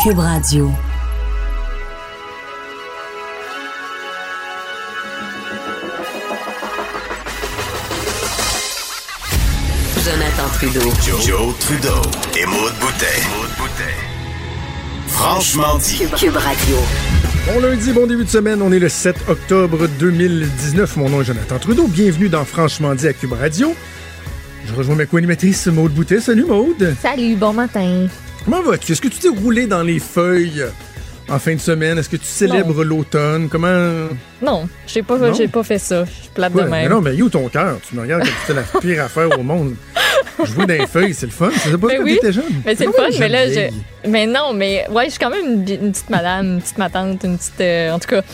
Cube Radio. Jonathan Trudeau. Joe Trudeau et Maude Boutet. Franchement dit. Cube Radio. Bon lundi, bon début de semaine. On est le 7 octobre 2019. Mon nom est Jonathan Trudeau. Bienvenue dans Franchement dit à Cube Radio. Je rejoins ma co-animatrice Maude Boutet. Salut Maude. Salut, bon matin. Comment vas-tu? Est-ce que tu t'es roulé dans les feuilles en fin de semaine? Est-ce que tu célèbres l'automne? Comment... Non, j'ai pas fait ça. Je suis plate de même. Non, mais où ton cœur? Tu me regardes comme si c'était la pire affaire au monde. Jouer dans les feuilles, c'est le fun. C'est pas quand t'étais jeune. Mais c'est le fun, mais là, mais non, mais ouais, je suis quand même une petite madame, une petite matante, une petite... en tout cas.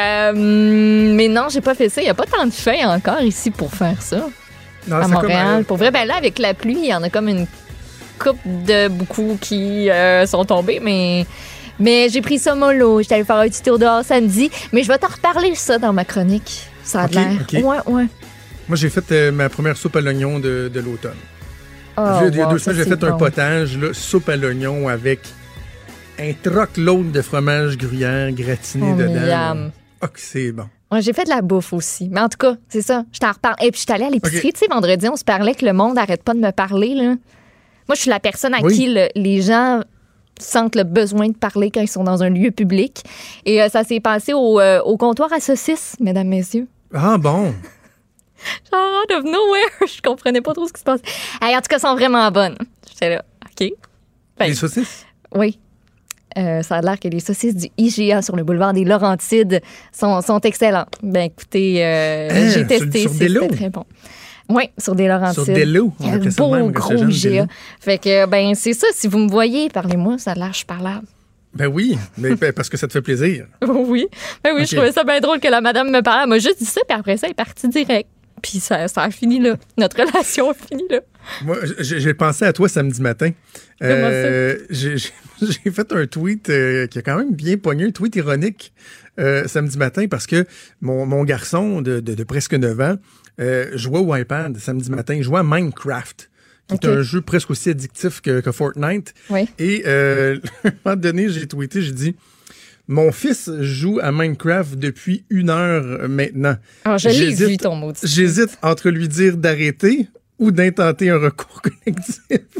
Mais non, j'ai pas fait ça. Il y a pas tant de feuilles encore ici pour faire ça. Non, à Montréal. Pour vrai, ben là, avec la pluie, il y en a comme une couple de beaucoup qui sont tombés, mais j'ai pris ça mollo. J'étais allée faire un petit tour dehors samedi, mais je vais t'en reparler ça dans ma chronique. Ça a l'air. Okay. Ouais. Moi, j'ai fait ma première soupe à l'oignon de l'automne. Il y a 2 semaines, j'ai fait un potage, là, soupe à l'oignon avec un troc-load de fromage gruyère gratiné dedans. Ah, que c'est bon. Ouais, j'ai fait de la bouffe aussi. Mais en tout cas, c'est ça. Je t'en reparle. Et puis, je suis allée à l'épicerie. Tu sais, vendredi, on se parlait que le monde n'arrête pas de me parler, là. Moi, je suis la personne à qui les gens sentent le besoin de parler quand ils sont dans un lieu public. Et ça s'est passé au comptoir à saucisses, mesdames, messieurs. Ah bon? Genre, out of nowhere. Je comprenais pas trop ce qui se passe. Hey, en tout cas, elles sont vraiment bonnes. J'étais là, OK. Ben, les saucisses? Oui. Ça a l'air que les saucisses du IGA sur le boulevard des Laurentides sont excellentes. Ben écoutez, j'ai testé, c'était très bon. Oui, sur des Laurentides. Sur des lots, on appelait ça même quand j'étais jeune. Fait que, ben c'est ça, si vous me voyez, parlez-moi, ça a l'air, je suis parlable. Ben oui, mais parce que ça te fait plaisir. Oui, ben oui, okay. Je trouvais ça bien drôle que la madame me parle. Elle m'a juste dit ça, puis après ça, elle est partie direct. Puis ça a fini là. Notre relation a fini là. Moi, j'ai pensé à toi samedi matin. Comment ça? J'ai fait un tweet qui a quand même bien pogné, un tweet ironique samedi matin parce que mon garçon de presque 9 ans jouait au iPad samedi matin. Il jouait à Minecraft, qui est un jeu presque aussi addictif que Fortnite. Oui. Et à un moment donné, j'ai tweeté, j'ai dit... Mon fils joue à Minecraft depuis 1 heure maintenant. Alors, je l'ai vu, ton mot. J'hésite entre lui dire d'arrêter ou d'intenter un recours collectif.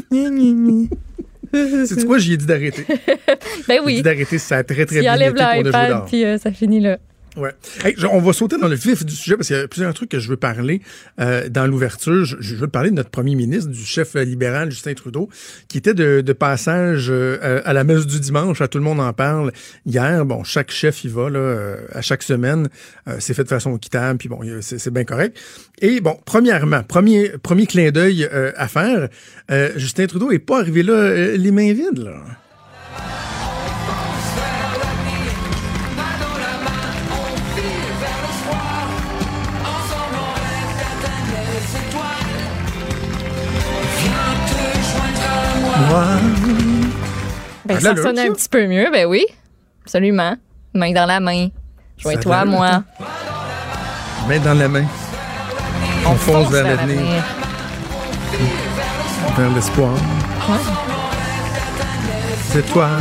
C'est quoi? J'y ai dit d'arrêter. Ben oui. J'ai dit d'arrêter, ça a très, très bien été pour le jeu d'or. Puis ça finit là. Ouais. Hey, on va sauter dans le vif du sujet parce qu'il y a plusieurs trucs que je veux parler dans l'ouverture. Je veux parler de notre premier ministre, du chef libéral Justin Trudeau, qui était de passage à la messe du dimanche. Tout le monde en parle hier. Bon, chaque chef y va là à chaque semaine. C'est fait de façon équitable, puis bon, c'est bien correct. Et bon, premièrement, premier clin d'œil à faire. Justin Trudeau est pas arrivé là les mains vides là. Ben, ça sonne un petit peu mieux, ben oui. Absolument. Main dans la main. Joins-toi à moi. Main dans la main. On fonce vers l'avenir. Vers l'espoir. Ouais. C'est toi.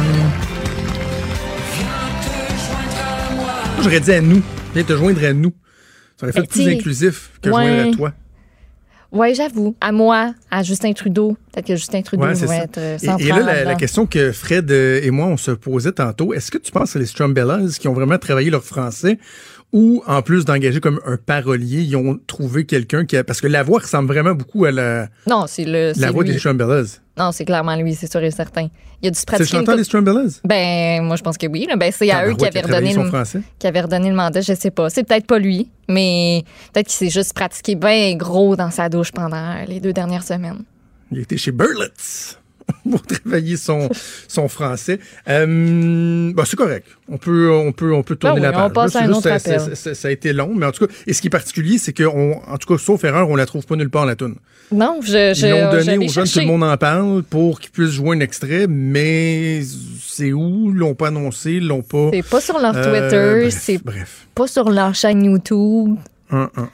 J'aurais dit à nous. Viens te joindre à nous. Ça aurait fait plus inclusif que joindre à toi. Oui, j'avoue. À moi, à Justin Trudeau. Peut-être que Justin Trudeau va être central. Et là, la question que Fred et moi, on se posait tantôt, est-ce que tu penses que les Strumbellas qui ont vraiment travaillé leur français ou, en plus d'engager comme un parolier, ils ont trouvé quelqu'un qui a... Parce que la voix ressemble vraiment beaucoup à la... Non, c'est la voix des Strumbellas. Non, c'est clairement lui, c'est sûr et certain. Il a dû se pratiquer. C'est le chanteur des Strumbellas? Ben, moi, je pense que oui. Là. Ben, c'est à eux qui avaient redonné le mandat, je sais pas. C'est peut-être pas lui, mais peut-être qu'il s'est juste pratiqué bien gros dans sa douche pendant les 2 dernières semaines. Il a été chez Berlitz pour travailler son français. C'est correct. On peut tourner la page. On passe à un autre appel. Ça a été long, mais en tout cas, et ce qui est particulier, c'est que, en tout cas, sauf erreur, on la trouve pas nulle part, la toune. Non, Ils l'ont donné aux jeunes, tout le monde en parle pour qu'ils puissent jouer un extrait, mais c'est où? Ils l'ont pas annoncé, ils l'ont pas... C'est pas sur leur Twitter, bref. Pas sur leur chaîne YouTube.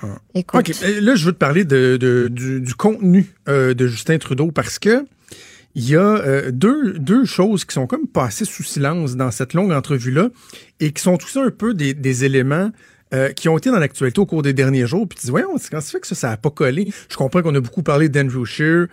Écoute. OK, là, je veux te parler du contenu de Justin Trudeau parce que il y a deux choses qui sont comme passées sous silence dans cette longue entrevue-là et qui sont aussi un peu des éléments qui ont été dans l'actualité au cours des derniers jours. Puis tu dis, voyons, quand ça fait que ça n'a pas collé. Je comprends qu'on a beaucoup parlé d'Andrew Scheer,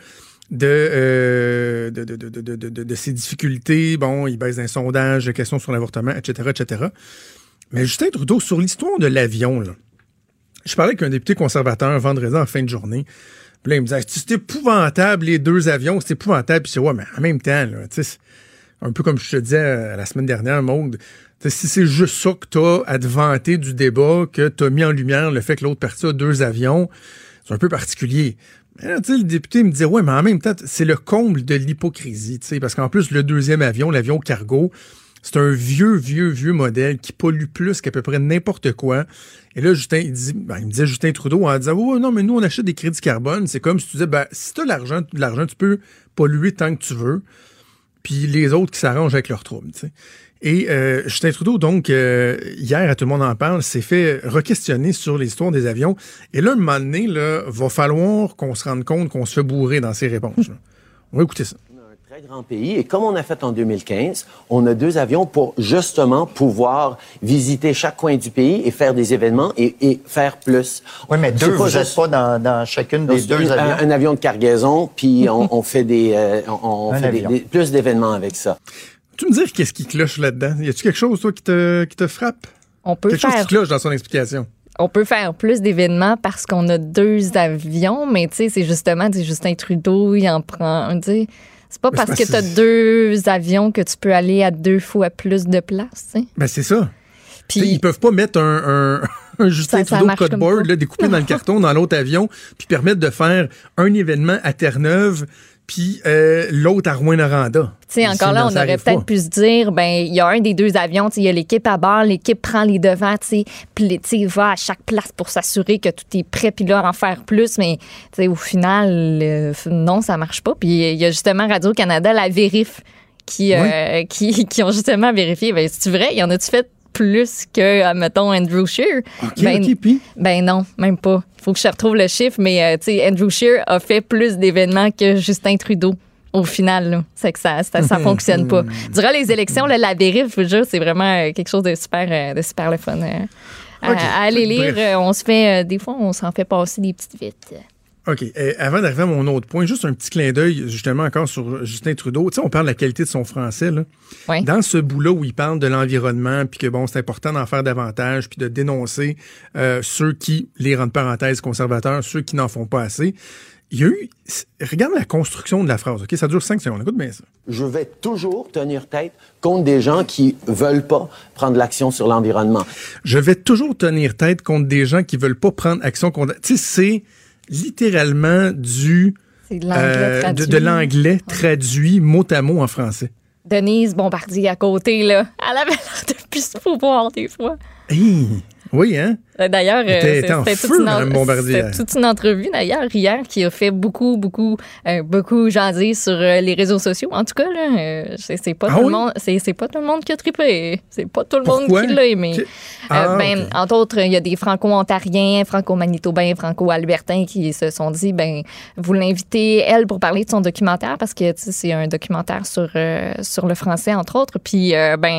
de ses difficultés. Bon, il baisse d'un sondage, questions sur l'avortement, etc., etc. Mais Justin Trudeau, sur l'histoire de l'avion, là, je parlais avec un député conservateur vendredi en fin de journée. Puis là, il me disait, c'est épouvantable, les 2 avions, c'est épouvantable. Puis je dis, ouais, mais en même temps, là, tu sais, un peu comme je te disais la semaine dernière, Maude, si c'est juste ça que t'as à te vanter du débat, que t'as mis en lumière le fait que l'autre partie a 2 avions, c'est un peu particulier. Mais là, tu sais, le député me disait, ouais, mais en même temps, c'est le comble de l'hypocrisie, tu sais, parce qu'en plus, le 2e avion, l'avion cargo, c'est un vieux modèle qui pollue plus qu'à peu près n'importe quoi. Et là, il me disait Justin Trudeau en disant, oh non, mais nous, on achète des crédits carbone. C'est comme si tu disais, si t'as de l'argent, tu peux polluer tant que tu veux. Puis les autres qui s'arrangent avec leurs troubles, tu sais. Et Justin Trudeau, donc, hier, à Tout le monde en parle, s'est fait re-questionner sur l'histoire des avions. Et là, un moment donné, là, va falloir qu'on se rende compte qu'on se fait bourrer dans ses réponses. Là. On va écouter ça. Très grand pays. Et comme on a fait en 2015, on a 2 avions pour justement pouvoir visiter chaque coin du pays et faire des événements et faire plus. Oui, mais vous n'êtes pas dans chacune des 2 avions. Un avion de cargaison, puis on fait plus d'événements avec ça. Tu me dis qu'est-ce qui cloche là-dedans? Y a-tu quelque chose, toi, qui te frappe? On peut quelque chose qui cloche dans son explication. On peut faire plus d'événements parce qu'on a 2 avions, mais tu sais, c'est justement, Justin Trudeau, il en prend, tu sais. C'est pas parce que tu as 2 avions que tu peux aller à 2 fois plus de place. T'sais. Ben c'est ça. Puis ils peuvent pas mettre un Justin Trudeau codeboard là, découpé dans le carton dans l'autre avion puis permettre de faire un événement à Terre-Neuve puis l'autre à Rouyn-Noranda. Tu sais, encore là, on aurait peut-être pu se dire, il y a un des 2 avions, il y a l'équipe à bord, l'équipe prend les devants, puis il va à chaque place pour s'assurer que tout est prêt, puis là, en faire plus, mais au final, non, ça marche pas. Puis il y a justement Radio-Canada, la Vérif, qui ont justement vérifié, c'est vrai, il y en a-tu fait plus que, mettons, Andrew Scheer? Puis? Non, même pas. Il faut que je retrouve le chiffre, mais Andrew Scheer a fait plus d'événements que Justin Trudeau. Au final, là, c'est que ça fonctionne pas. Durant les élections, là, la Vérif, je vous jure, c'est vraiment quelque chose de super le fun. À aller lire, on se fait, des fois, on s'en fait passer des petites vites. OK. Avant d'arriver à mon autre point, juste un petit clin d'œil, justement, encore sur Justin Trudeau. Tu sais, on parle de la qualité de son français, là. Oui. Dans ce bout-là où il parle de l'environnement, puis que, bon, c'est important d'en faire davantage, puis de dénoncer ceux qui, les entre parenthèses conservateurs, ceux qui n'en font pas assez. Il y a eu... Regarde la construction de la phrase, OK? Ça dure 5 secondes. Écoute bien ça. Je vais toujours tenir tête contre des gens qui veulent pas prendre l'action sur l'environnement. Je vais toujours tenir tête contre des gens qui veulent pas prendre action contre... Tu sais, c'est littéralement c'est de l'anglais traduit. De l'anglais traduit mot à mot en français. Denise Bombardier à côté, là, elle avait l'air de plus se pouvoir des fois. Hey, oui, hein? D'ailleurs, c'était toute une entrevue, d'ailleurs, hier, qui a fait beaucoup jaser sur les réseaux sociaux. En tout cas, là, c'est pas tout le monde, c'est pas tout le monde qui a trippé. C'est pas tout le monde qui l'a aimé. Okay. Entre autres, il y a des Franco-Ontariens, Franco-Manitobains, Franco-Albertains qui se sont dit, vous l'invitez, elle, pour parler de son documentaire, parce que c'est un documentaire sur le français, entre autres. Puis,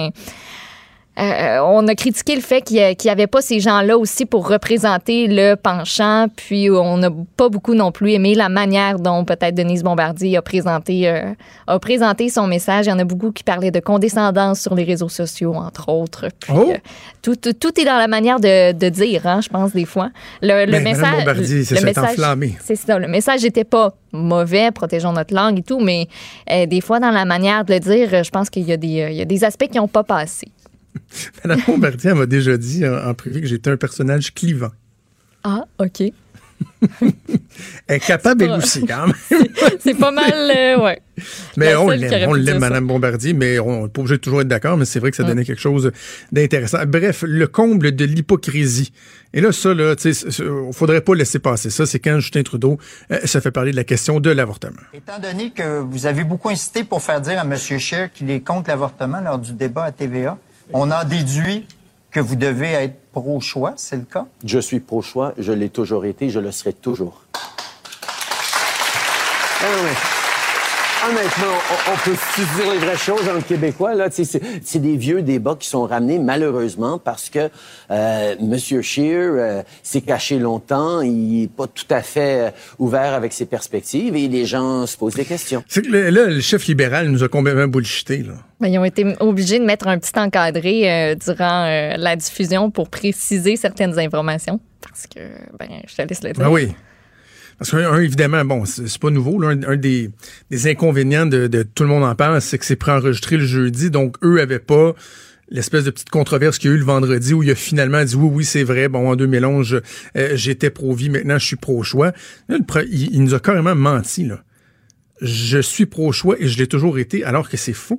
on a critiqué le fait qu'il n'y avait pas ces gens-là aussi pour représenter le penchant, puis on n'a pas beaucoup non plus aimé la manière dont peut-être Denise Bombardier a présenté son message. Il y en a beaucoup qui parlaient de condescendance sur les réseaux sociaux, entre autres. Puis, tout est dans la manière de dire, hein, je pense, des fois. Le message, Bombardier, c'est enflammé. C'est ça, le message n'était pas mauvais, protégeons notre langue et tout, mais des fois, dans la manière de le dire, je pense qu'il y a des aspects qui n'ont pas passé. Mme Bombardier m'a déjà dit en privé que j'étais un personnage clivant. Ah, OK. Elle est capable, elle aussi, quand même. C'est pas mal, ouais. Mais on l'aime, Mme Bombardier, mais on n'est pas obligé de toujours être d'accord, mais c'est vrai que ça donnait quelque chose d'intéressant. Bref, le comble de l'hypocrisie. Et là, ça, là, tu sais, il faudrait pas laisser passer ça. C'est quand Justin Trudeau se fait parler de la question de l'avortement. Étant donné que vous avez beaucoup insisté pour faire dire à M. Scheer qu'il est contre l'avortement lors du débat à TVA, on en déduit que vous devez être pro-choix, c'est le cas? Je suis pro-choix, je l'ai toujours été, je le serai toujours. Honnêtement, on peut se dire les vraies choses entre Québécois. Là, c'est des vieux débats qui sont ramenés malheureusement parce que M. Scheer s'est caché longtemps. Il n'est pas tout à fait ouvert avec ses perspectives et les gens se posent des questions. C'est que là, le chef libéral nous a complètement bullshité, là. Ben, ils ont été obligés de mettre un petit encadré durant la diffusion pour préciser certaines informations. Parce que, je te laisse le dire. Ah oui. Parce que, évidemment, bon, c'est pas nouveau. Là, un des inconvénients de Tout le monde en parle, c'est que c'est préenregistré le jeudi. Donc, eux avaient pas l'espèce de petite controverse qu'il y a eu le vendredi où il a finalement dit oui, c'est vrai. Bon, en 2011, j'étais pro-vie. Maintenant, je suis pro-choix. Là, il nous a carrément menti, là. Je suis pro-choix et je l'ai toujours été, alors que c'est faux.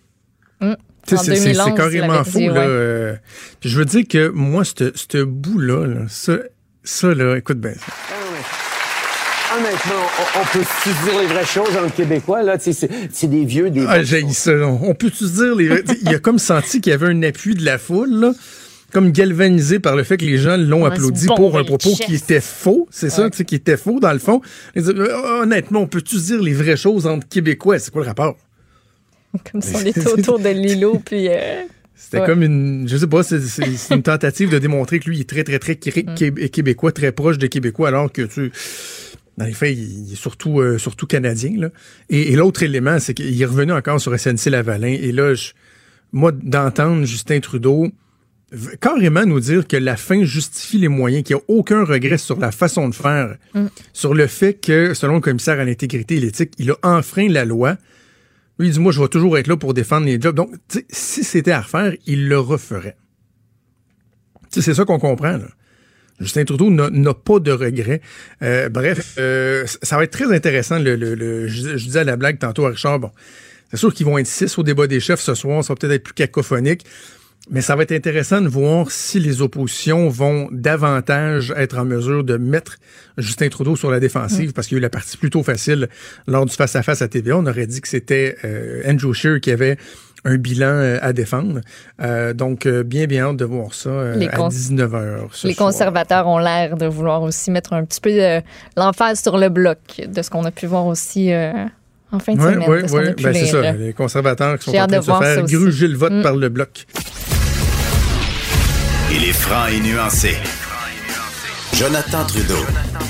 C'est carrément faux. Dit, là. ouais. Puis je veux dire que moi, ce bout-là, là, ça, là, écoute bien ça. Honnêtement, on peut se dire les vraies choses entre Québécois. Là, c'est des vieux débats. Ah, j'ai ça. On peut se dire les vrais... Il a comme senti qu'il y avait un appui de la foule, là, comme galvanisé par le fait que les gens l'ont applaudi pour un propos qui était faux. C'est ça, qui était faux, dans le fond. Honnêtement, on peut-tu se dire les vraies choses entre Québécois? C'est quoi le rapport? Comme si on était autour de l'îlot, puis... C'était comme une... Je sais pas, c'est une tentative de démontrer que lui, il est très, très, très québécois, très proche des Québécois, alors que dans les faits, il est surtout canadien, là. Et l'autre élément, c'est qu'il est revenu encore sur SNC-Lavalin. Et là, moi, d'entendre Justin Trudeau carrément nous dire que la fin justifie les moyens, qu'il n'y a aucun regret sur la façon de faire, sur le fait que, selon le commissaire à l'intégrité et l'éthique, il a enfreint la loi. Lui, il dit, moi, je vais toujours être là pour défendre les jobs. Donc, si c'était à refaire, il le referait. C'est ça qu'on comprend, là. Justin Trudeau n'a pas de regrets. Bref, ça va être très intéressant. Je disais à la blague tantôt à Richard, bon, c'est sûr qu'ils vont être 6 au débat des chefs ce soir, ça va peut-être être plus cacophonique, mais ça va être intéressant de voir si les oppositions vont davantage être en mesure de mettre Justin Trudeau sur la défensive, parce qu'il y a eu la partie plutôt facile lors du face-à-face à TVA. On aurait dit que c'était Andrew Scheer qui avait un bilan à défendre. Donc, bien hâte de voir ça à 19h. Les conservateurs ont l'air de vouloir aussi mettre un petit peu l'emphase sur le bloc, de ce qu'on a pu voir aussi en fin de semaine. Oui, c'est ça. Les conservateurs qui sont en train de se faire gruger le vote par le bloc. Il est franc et nuancé. Jonathan Trudeau.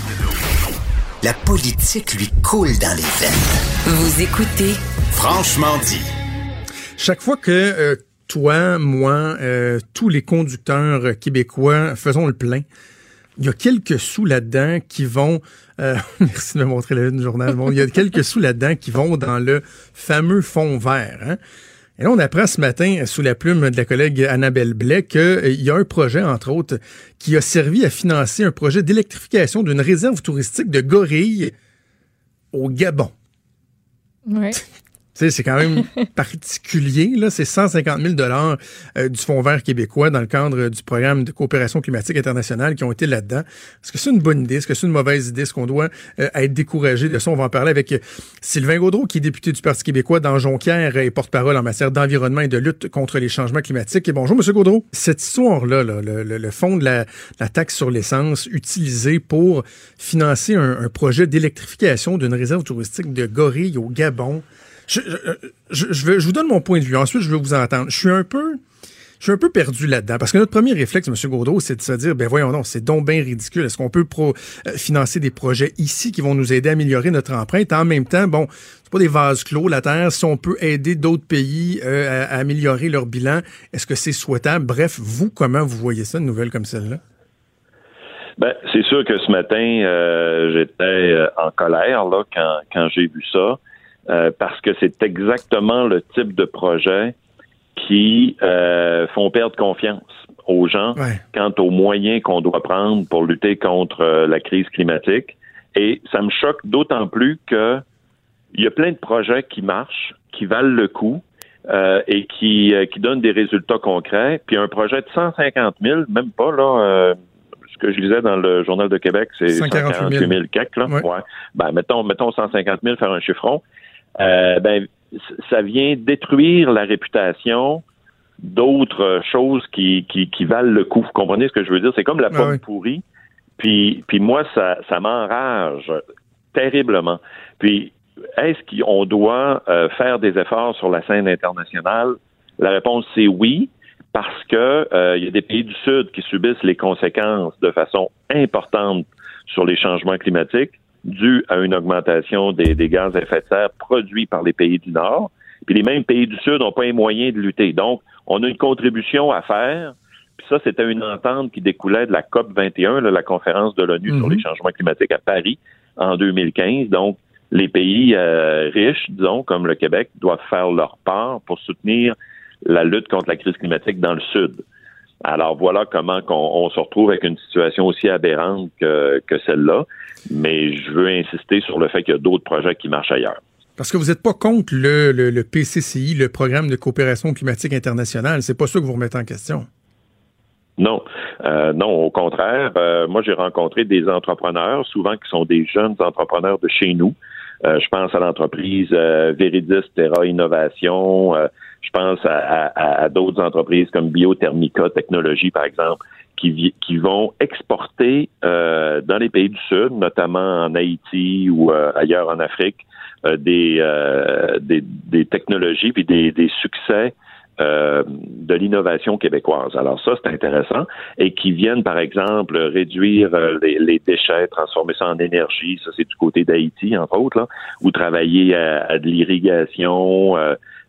La politique lui coule dans les veines. Vous écoutez Franchement dit. Chaque fois que toi, moi, tous les conducteurs québécois faisons le plein, il y a quelques sous là-dedans qui vont... merci de me montrer la une du journal. Bon, il y a quelques sous là-dedans qui vont dans le fameux fonds vert. Hein? Et là, on apprend ce matin, sous la plume de la collègue Annabelle Blais, qu'il y a un projet, entre autres, qui a servi à financer un projet d'électrification d'une réserve touristique de gorilles au Gabon. Oui. Tu sais, c'est quand même particulier, là. C'est 150 000 $ du Fonds vert québécois dans le cadre du programme de coopération climatique internationale qui ont été là-dedans. Est-ce que c'est une bonne idée? Est-ce que c'est une mauvaise idée? Est-ce qu'on doit être découragé de ça? On va en parler avec Sylvain Gaudreault, qui est député du Parti québécois dans Jonquière et porte-parole en matière d'environnement et de lutte contre les changements climatiques. Et bonjour, M. Gaudreault. Cette histoire-là, le fonds de la taxe sur l'essence utilisé pour financer un projet d'électrification d'une réserve touristique de gorilles au Gabon, je vous donne mon point de vue. Ensuite, je veux vous entendre. Je suis un peu perdu là-dedans. Parce que notre premier réflexe, M. Gaudreault, c'est de se dire, ben voyons, non, c'est donc bien ridicule. Est-ce qu'on peut financer des projets ici qui vont nous aider à améliorer notre empreinte? En même temps, bon, c'est pas des vases clos, la Terre. Si on peut aider d'autres pays à améliorer leur bilan, est-ce que c'est souhaitable? Bref, vous, comment vous voyez ça, une nouvelle comme celle-là? Ben, c'est sûr que ce matin, j'étais en colère là quand j'ai vu ça. Parce que c'est exactement le type de projet qui font perdre confiance aux gens quant aux moyens qu'on doit prendre pour lutter contre la crise climatique. Et ça me choque d'autant plus que il y a plein de projets qui marchent, qui valent le coup et qui donnent des résultats concrets. Puis un projet de 150 000, même pas là... ce que je lisais dans le Journal de Québec, c'est 148 000 CAC, là. Ouais. Ben, mettons 150 000, faire un chiffron. Ça vient détruire la réputation d'autres choses qui valent le coup. Vous comprenez ce que je veux dire? C'est comme la pomme pourrie. Puis moi, ça m'enrage terriblement. Puis est-ce qu'on doit faire des efforts sur la scène internationale? La réponse, c'est oui, parce que il y a des pays du Sud qui subissent les conséquences de façon importante sur les changements climatiques dus à une augmentation des gaz à effet de serre produits par les pays du Nord. Puis les mêmes pays du Sud n'ont pas les moyens de lutter. Donc, on a une contribution à faire. Puis ça, c'était une entente qui découlait de la COP 21, la conférence de l'ONU sur les changements climatiques à Paris en 2015. Donc, les pays riches, disons, comme le Québec, doivent faire leur part pour soutenir la lutte contre la crise climatique dans le Sud. Alors, voilà comment on se retrouve avec une situation aussi aberrante que celle-là. Mais je veux insister sur le fait qu'il y a d'autres projets qui marchent ailleurs. Parce que vous n'êtes pas contre le PCCI, le Programme de coopération climatique internationale. C'est pas ça que vous remettez en question. Non, au contraire. Moi, j'ai rencontré des entrepreneurs, souvent qui sont des jeunes entrepreneurs de chez nous. Je pense à l'entreprise Veridis Terra Innovation. Je pense à d'autres entreprises comme Biothermica Technologies, par exemple, qui vont exporter dans les pays du Sud, notamment en Haïti ou ailleurs en Afrique, des technologies puis des succès de l'innovation québécoise. Alors ça, c'est intéressant. Et qui viennent, par exemple, réduire les déchets, transformer ça en énergie. Ça, c'est du côté d'Haïti, entre autres, là, ou travailler à de l'irrigation,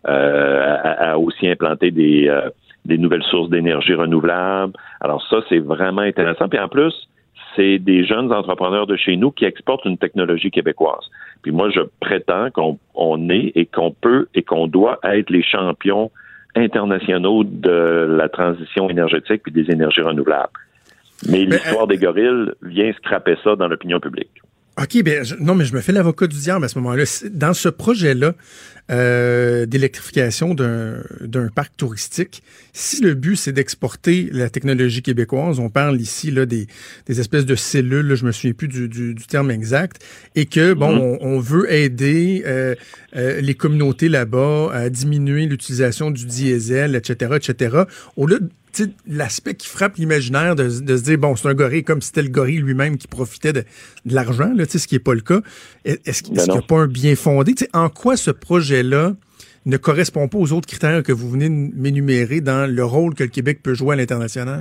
à aussi implanter des nouvelles sources d'énergie renouvelables. Alors ça, c'est vraiment intéressant. Puis en plus, c'est des jeunes entrepreneurs de chez nous qui exportent une technologie québécoise. Puis moi, je prétends qu'on est et qu'on peut et qu'on doit être les champions internationaux de la transition énergétique puis des énergies renouvelables. Mais l'histoire des gorilles vient scraper ça dans l'opinion publique. OK, non, mais je me fais l'avocat du diable à ce moment-là. Dans ce projet-là d'électrification d'un parc touristique, si le but, c'est d'exporter la technologie québécoise, on parle ici là des espèces de cellules, là, je me souviens plus du terme exact, et que, on veut aider les communautés là-bas à diminuer l'utilisation du diesel, etc., au-delà de l'aspect qui frappe l'imaginaire de se dire, c'est un gorille, comme si c'était le gorille lui-même qui profitait de l'argent, là, ce qui n'est pas le cas. Est-ce qu'il n'y a pas un bien fondé? En quoi ce projet-là ne correspond pas aux autres critères que vous venez de m'énumérer dans le rôle que le Québec peut jouer à l'international?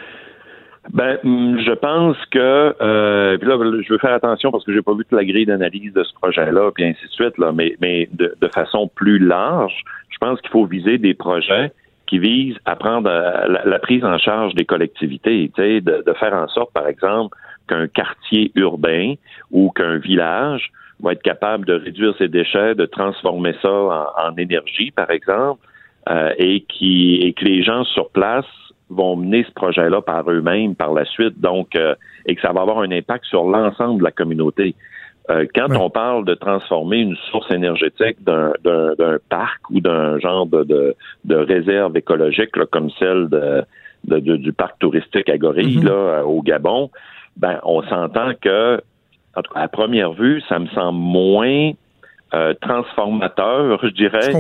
Je pense que puis là, je veux faire attention parce que j'ai pas vu toute la grille d'analyse de ce projet-là, puis ainsi de suite, là, mais de façon plus large, je pense qu'il faut viser des projets qui visent à prendre la prise en charge des collectivités, de faire en sorte, par exemple, qu'un quartier urbain ou qu'un village va être capable de réduire ses déchets, de transformer ça en énergie, par exemple, et que les gens sur place vont mener ce projet-là par eux-mêmes par la suite, donc et que ça va avoir un impact sur l'ensemble de la communauté. Quand on parle de transformer une source énergétique d'un parc ou d'un genre de réserve écologique là, comme celle du parc touristique à Gorille là, au Gabon, on s'entend que, en tout cas, à première vue, ça me semble moins transformateur, je dirais,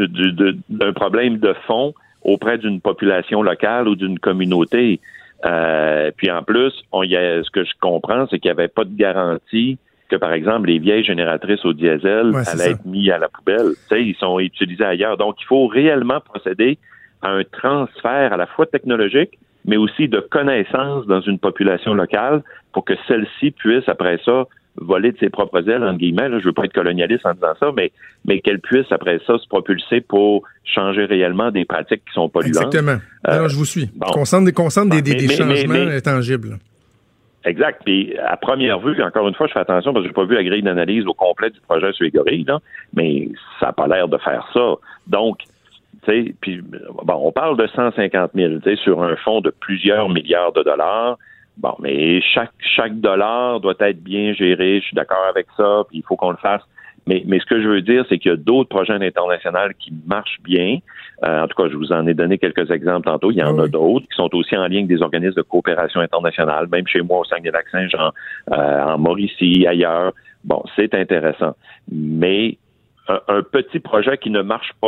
d'un problème de fond auprès d'une population locale ou d'une communauté. Puis en plus, ce que je comprends, c'est qu'il n'y avait pas de garantie que, par exemple, les vieilles génératrices au diesel allaient être mis à la poubelle. Ils sont utilisés ailleurs. Donc, il faut réellement procéder à un transfert à la fois technologique, mais aussi de connaissances dans une population locale pour que celle-ci puisse, après ça, voler de ses propres ailes, entre guillemets. Là, je veux pas être colonialiste en disant ça, mais qu'elle puisse, après ça, se propulser pour changer réellement des pratiques qui sont polluantes. Exactement. Alors, je vous suis. Concentre des changements tangibles. Exact. Puis, à première vue, encore une fois, je fais attention parce que j'ai pas vu la grille d'analyse au complet du projet sur les gorilles, là, mais ça n'a pas l'air de faire ça. Donc, puis, on parle de 150 000, sur un fonds de plusieurs milliards de dollars. Bon, mais chaque dollar doit être bien géré, je suis d'accord avec ça, puis il faut qu'on le fasse. Mais ce que je veux dire, c'est qu'il y a d'autres projets internationaux qui marchent bien. En tout cas, je vous en ai donné quelques exemples tantôt. Il y en a d'autres qui sont aussi en lien avec des organismes de coopération internationale, même chez moi au Saguenay-Lac-Saint-Jean, en Mauricie, ailleurs. Bon, c'est intéressant. Mais un petit projet qui ne marche pas,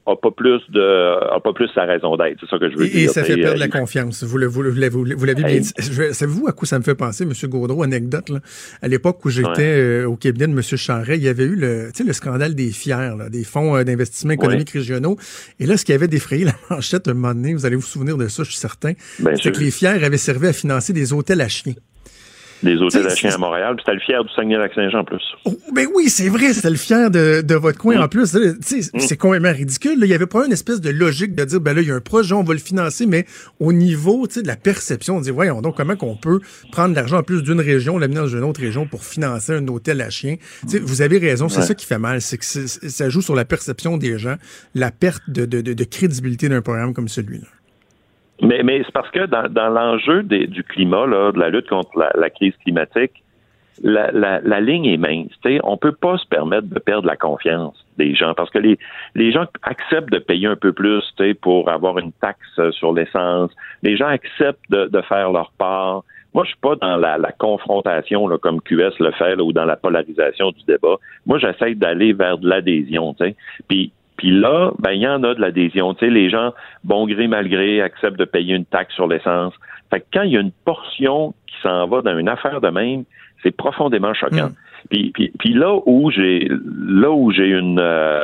a pas plus sa raison d'être. C'est ça que je veux dire. Et ça fait perdre la confiance. Vous l'avez bien dit. Savez-vous à quoi ça me fait penser, M. Gaudreau, anecdote, là? À l'époque où j'étais au cabinet de M. Charret, il y avait eu le scandale des FIER, là, des fonds d'investissement économiques régionaux. Et là, ce qui avait défrayé la manchette un moment donné, vous allez vous souvenir de ça, je suis certain, c'est que les FIER avaient servi à financer des hôtels à chiens. Des hôtels à chiens à Montréal, puis c'était le fier du Saguenay-Lac-Saint-Jean en plus. Oh, ben oui, c'est vrai, c'était le fier de votre coin en plus. C'est complètement ridicule. Là. Il n'y avait pas une espèce de logique de dire, ben là, il y a un projet, on va le financer, mais au niveau de la perception, on dit, voyons donc, comment qu'on peut prendre l'argent en plus d'une région, l'amener dans une autre région pour financer un hôtel à chiens. Vous avez raison, c'est ça qui fait mal, c'est que ça joue sur la perception des gens, la perte de crédibilité d'un programme comme celui-là. Mais c'est parce que dans l'enjeu du climat, là, de la lutte contre la crise climatique, la ligne est mince. T'sais, on peut pas se permettre de perdre la confiance des gens parce que les gens acceptent de payer un peu plus pour avoir une taxe sur l'essence. Les gens acceptent de faire leur part. Moi, je suis pas dans la confrontation là, comme QS le fait là, ou dans la polarisation du débat. Moi, j'essaie d'aller vers de l'adhésion. Puis là, il y en a de l'adhésion. Tu sais, les gens, bon gré, mal gré, acceptent de payer une taxe sur l'essence. Fait que quand il y a une portion qui s'en va dans une affaire de même, c'est profondément choquant. Puis là où j'ai une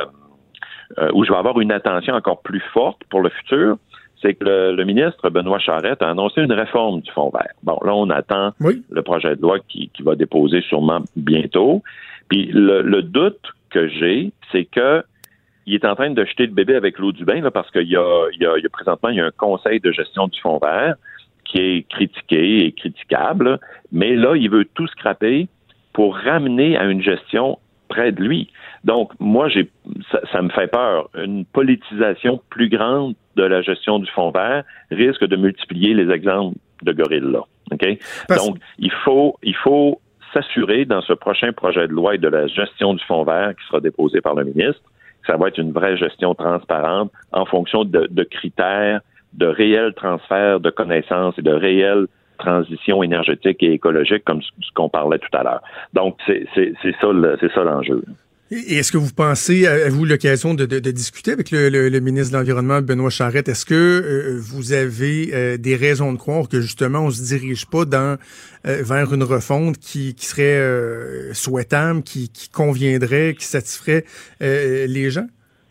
où je vais avoir une attention encore plus forte pour le futur, c'est que le ministre Benoît Charette a annoncé une réforme du Fonds vert. Bon, là, on attend le projet de loi qui va déposer sûrement bientôt. Puis le doute que j'ai, c'est que il est en train de jeter le bébé avec l'eau du bain là, parce qu'il y a présentement un conseil de gestion du Fonds vert qui est critiqué et critiquable, mais là, il veut tout scraper pour ramener à une gestion près de lui. Donc, moi, ça me fait peur. Une politisation plus grande de la gestion du Fonds vert risque de multiplier les exemples de gorilles-là. Okay? Donc, il faut s'assurer dans ce prochain projet de loi et de la gestion du Fonds vert qui sera déposé par le ministre, ça va être une vraie gestion transparente en fonction de critères de réel transfert de connaissances et de réelle transition énergétique et écologique comme ce qu'on parlait tout à l'heure. Donc, c'est ça l'enjeu. Et est-ce que vous pensez, avez-vous l'occasion de discuter avec le ministre de l'Environnement, Benoît Charette, est-ce que vous avez des raisons de croire que justement on se dirige pas vers une refonte qui serait souhaitable, qui conviendrait, qui satisferait les gens?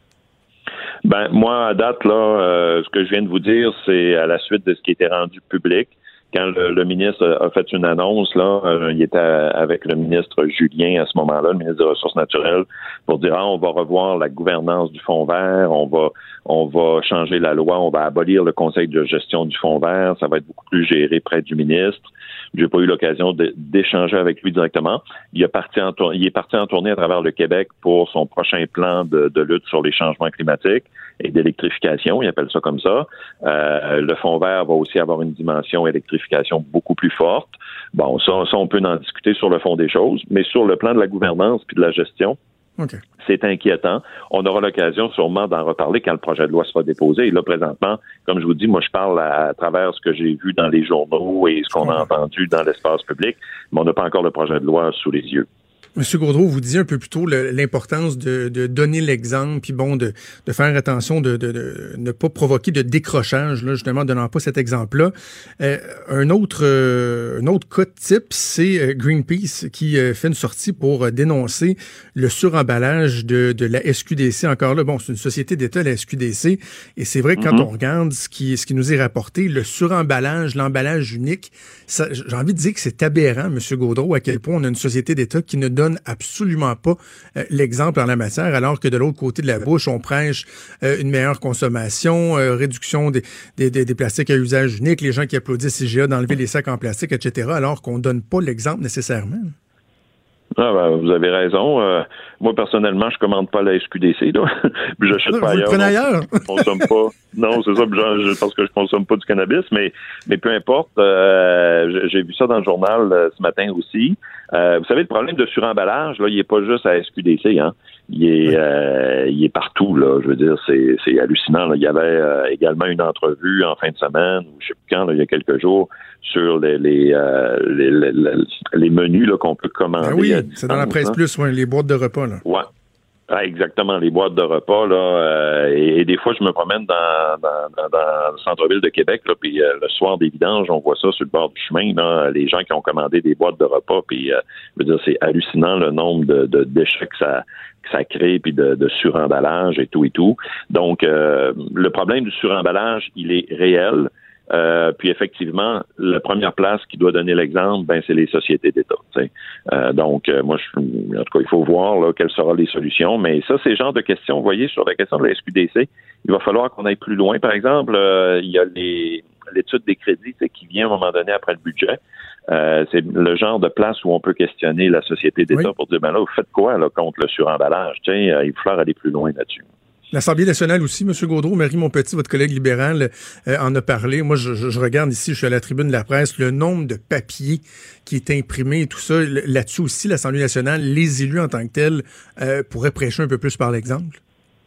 Ben moi, à date, là, ce que je viens de vous dire, c'est à la suite de ce qui était rendu public. Quand le ministre a fait une annonce, là, il était avec le ministre Julien à ce moment-là, le ministre des Ressources naturelles, pour dire on va revoir la gouvernance du Fonds vert, on va changer la loi, on va abolir le conseil de gestion du Fonds vert, ça va être beaucoup plus géré près du ministre. J'ai pas eu l'occasion d'échanger avec lui directement. Il est parti en tournée à travers le Québec pour son prochain plan de lutte sur les changements climatiques et d'électrification, il appelle ça comme ça. Le Fonds vert va aussi avoir une dimension électrification beaucoup plus forte. Bon, ça on peut en discuter sur le fond des choses, mais sur le plan de la gouvernance puis de la gestion, c'est inquiétant. On aura l'occasion sûrement d'en reparler quand le projet de loi sera déposé. Et là, présentement, comme je vous dis, moi, je parle à travers ce que j'ai vu dans les journaux et ce qu'on a entendu dans l'espace public, mais on n'a pas encore le projet de loi sous les yeux. Monsieur Gaudreau, vous disiez un peu plus tôt l'importance de donner l'exemple, puis bon, de faire attention de ne pas provoquer de décrochage, là, justement, en donnant pas cet exemple-là. Un autre cas de type, c'est Greenpeace qui fait une sortie pour dénoncer le suremballage de la SQDC. Encore là, bon, c'est une société d'État, la SQDC, et c'est vrai que quand on regarde ce qui nous est rapporté, le suremballage, l'emballage unique, ça, j'ai envie de dire que c'est aberrant, Monsieur Gaudreau, à quel point on a une société d'État qui ne donne absolument pas l'exemple en la matière, alors que de l'autre côté de la bouche, on prêche une meilleure consommation, réduction des plastiques à usage unique, les gens qui applaudissent IGA d'enlever les sacs en plastique, etc., alors qu'on donne pas l'exemple nécessairement. Ah ben, vous avez raison. Moi, personnellement, je commande pas la SQDC, là. Puis j'achète pas ailleurs. Vous le prenez ailleurs? Je consomme pas. Non, c'est ça, parce que je consomme pas du cannabis, mais peu importe. J'ai vu ça dans le journal ce matin aussi. Vous savez, le problème de suremballage, là, il est pas juste à SQDC, hein. Il est partout, là. Je veux dire, c'est hallucinant, là. Il y avait également une entrevue en fin de semaine, ou je sais plus quand, là, il y a quelques jours, sur les menus là qu'on peut commander. Ben oui, c'est dans la presse plus, ouais, les boîtes de repas, là. Ouais. Ah, exactement, les boîtes de repas, là, et des fois, je me promène dans le centre-ville de Québec, là, puis le soir des vidanges, on voit ça sur le bord du chemin, là, les gens qui ont commandé des boîtes de repas, puis je veux dire, c'est hallucinant le nombre de déchets que ça crée, puis de suremballage et tout. Donc, le problème du suremballage, il est réel. Puis effectivement, la première place qui doit donner l'exemple, c'est les sociétés d'État. Donc, moi, en tout cas, il faut voir là, quelles seront les solutions. Mais ça, c'est le genre de questions, vous voyez, sur la question de la SQDC, il va falloir qu'on aille plus loin. Par exemple, il y a l'étude des crédits qui vient à un moment donné après le budget. C'est le genre de place où on peut questionner la société d'État pour dire, là, vous faites quoi là, contre le suremballage? Il va falloir aller plus loin là-dessus. L'Assemblée nationale aussi, M. Gaudreau, Marie Montpetit, votre collègue libéral, en a parlé. Moi, je regarde ici, je suis à la tribune de la presse, le nombre de papiers qui est imprimé et tout ça. Là-dessus aussi, l'Assemblée nationale, les élus en tant que tels, pourraient prêcher un peu plus par l'exemple.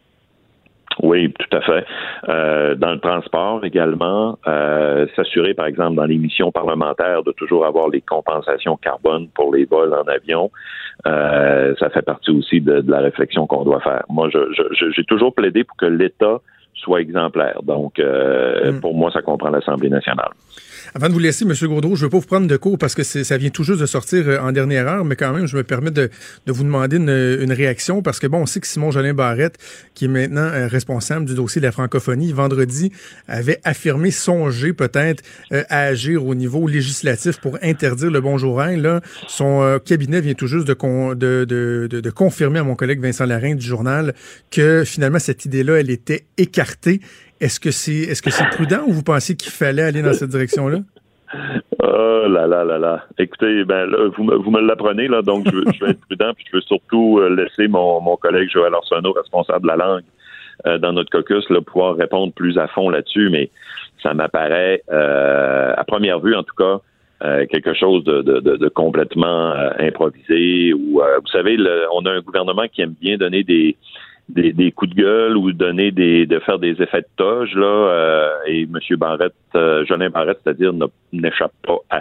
Oui, tout à fait. Dans le transport également, s'assurer, par exemple, dans les missions parlementaires, de toujours avoir les compensations carbone pour les vols en avion. Ça fait partie aussi de la réflexion qu'on doit faire. Moi, j'ai toujours plaidé pour que l'État soit exemplaire. Donc, pour moi, ça comprend l'Assemblée nationale. Avant de vous laisser, M. Gaudreau, je ne veux pas vous prendre de cours parce que ça vient tout juste de sortir en dernière heure, mais quand même, je me permets de vous demander une réaction parce que, on sait que Simon-Jolin Barrette, qui est maintenant responsable du dossier de la francophonie, vendredi, avait affirmé songer peut-être à agir au niveau législatif pour interdire le bonjour-aille. Là, son cabinet vient tout juste de confirmer à mon collègue Vincent Larin du journal que finalement, cette idée-là, elle était écartée. Est-ce que c'est prudent ou vous pensez qu'il fallait aller dans cette direction-là? Oh là. Écoutez, là, vous me l'apprenez, là, donc je vais être prudent, puis je veux surtout laisser mon collègue Joël Arsenault, responsable de la langue dans notre caucus, là, pouvoir répondre plus à fond là-dessus, mais ça m'apparaît, à première vue en tout cas, quelque chose de complètement improvisé. Ou vous savez, on a un gouvernement qui aime bien donner des coups de gueule ou de faire des effets de toge, là, et M. Barrette, Jolin Barrette, c'est-à-dire, n'échappe pas à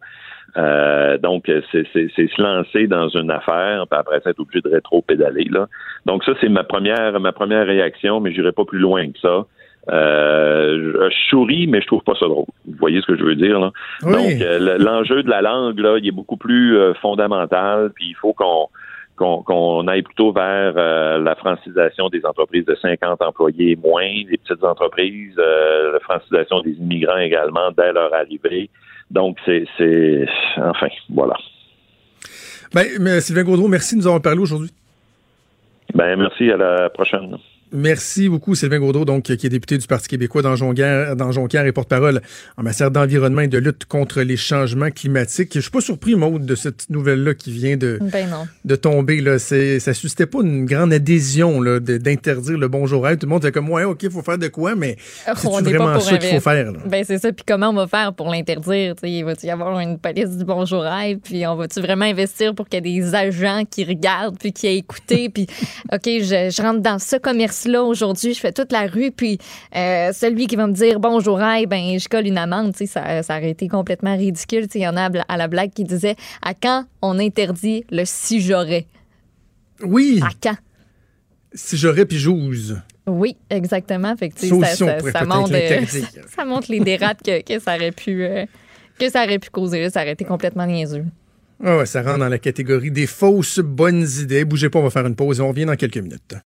ça. Donc, c'est se lancer dans une affaire, puis après ça, être obligé de rétro-pédaler, là. Donc, ça, c'est ma première réaction, mais j'irai pas plus loin que ça. Je souris, mais je trouve pas ça drôle. Vous voyez ce que je veux dire, là? Oui. Donc, l'enjeu de la langue, là, il est beaucoup plus fondamental, puis il faut qu'on aille plutôt vers la francisation des entreprises de 50 employés moins, les petites entreprises, la francisation des immigrants également dès leur arrivée. Donc, enfin, voilà. Mais Sylvain Gaudreau, merci de nous avoir parlé aujourd'hui. Merci, à la prochaine. Merci beaucoup, Sylvain Gaudreau, donc, qui est député du Parti québécois dans Jonquière et porte-parole en matière d'environnement et de lutte contre les changements climatiques. Je suis pas surpris, Maude, de cette nouvelle-là qui vient de tomber. Là. Ça suscitait pas une grande adhésion là, d'interdire le bonjour-aille. Tout le monde était comme, ouais, OK, il faut faire de quoi, mais c'est vraiment ça qu'il faut faire. Là? C'est ça. Puis comment on va faire pour l'interdire? Il va-tu y avoir une police du bonjour-aille? Puis on va-tu vraiment investir pour qu'il y ait des agents qui regardent puis qui aient écouté? Puis, OK, je rentre dans ce commerce là aujourd'hui, je fais toute la rue, puis celui qui va me dire bonjour, je colle une amende, ça aurait été complètement ridicule. Il y en a à la blague qui disait à quand on interdit le si j'aurais? Oui. À quand? Si j'aurais puis j'ose. Oui, exactement. Fait que, ça montre les dérapes que ça aurait pu causer. Là, ça aurait été complètement niaiseux. Ah ouais, ça rentre dans la catégorie des fausses bonnes idées. Bougez pas, on va faire une pause et on revient dans quelques minutes.